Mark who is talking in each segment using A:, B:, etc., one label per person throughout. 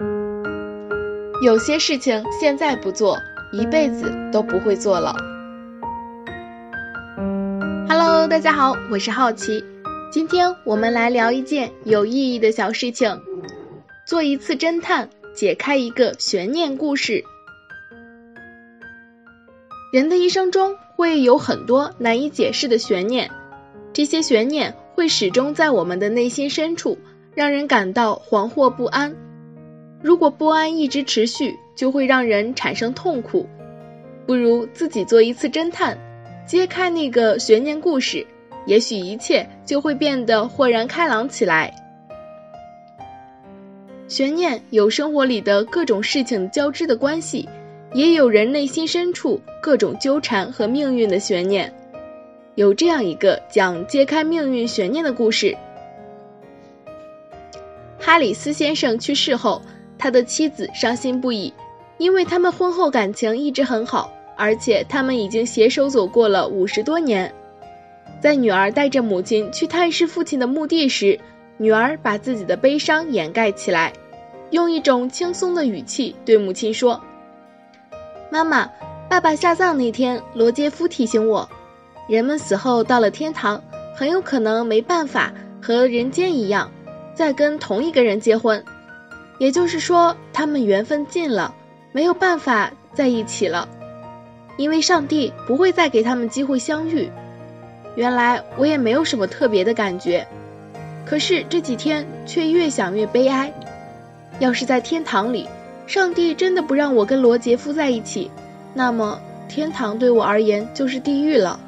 A: 有些事情现在不做，一辈子都不会做了。Hello， 大家好，我是好奇。今天我们来聊一件有意义的小事情，做一次侦探，解开一个悬念故事。人的一生中会有很多难以解释的悬念，这些悬念会始终在我们的内心深处，让人感到惶惑不安。如果不安一直持续，就会让人产生痛苦。不如自己做一次侦探，揭开那个悬念故事，也许一切就会变得豁然开朗起来。悬念有生活里的各种事情交织的关系，也有人内心深处各种纠缠和命运的悬念。有这样一个讲揭开命运悬念的故事。哈里斯先生去世后，他的妻子伤心不已，因为他们婚后感情一直很好，而且他们已经携手走过了50多年。在女儿带着母亲去探视父亲的墓地时，女儿把自己的悲伤掩盖起来，用一种轻松的语气对母亲说：妈妈，爸爸下葬那天，罗杰夫提醒我，人们死后到了天堂，很有可能没办法和人间一样再跟同一个人结婚，也就是说他们缘分尽了，没有办法在一起了，因为上帝不会再给他们机会相遇。原来我也没有什么特别的感觉，可是这几天却越想越悲哀。要是在天堂里，上帝真的不让我跟罗杰夫在一起，那么天堂对我而言就是地狱了。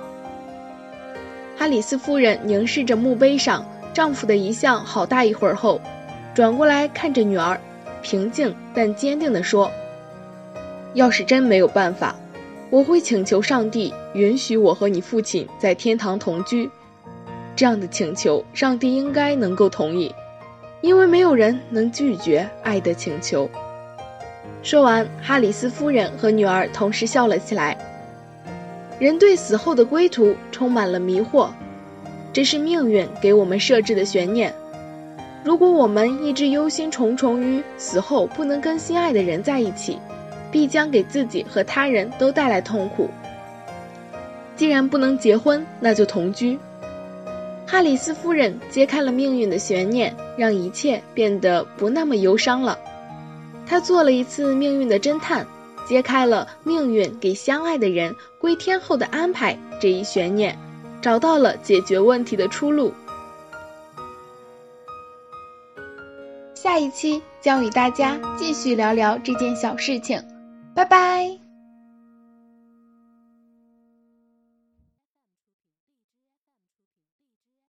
A: 哈里斯夫人凝视着墓碑上丈夫的遗像好大一会儿后，转过来看着女儿，平静但坚定地说：要是真没有办法，我会请求上帝允许我和你父亲在天堂同居。这样的请求上帝应该能够同意，因为没有人能拒绝爱的请求。说完，哈里斯夫人和女儿同时笑了起来。人对死后的归途充满了迷惑，这是命运给我们设置的悬念。如果我们一直忧心忡忡于死后不能跟心爱的人在一起，必将给自己和他人都带来痛苦。既然不能结婚，那就同居。哈里斯夫人揭开了命运的悬念，让一切变得不那么忧伤了。她做了一次命运的侦探，揭开了命运给相爱的人归天后的安排这一悬念，找到了解决问题的出路。下一期将与大家继续聊聊这件小事情，拜拜。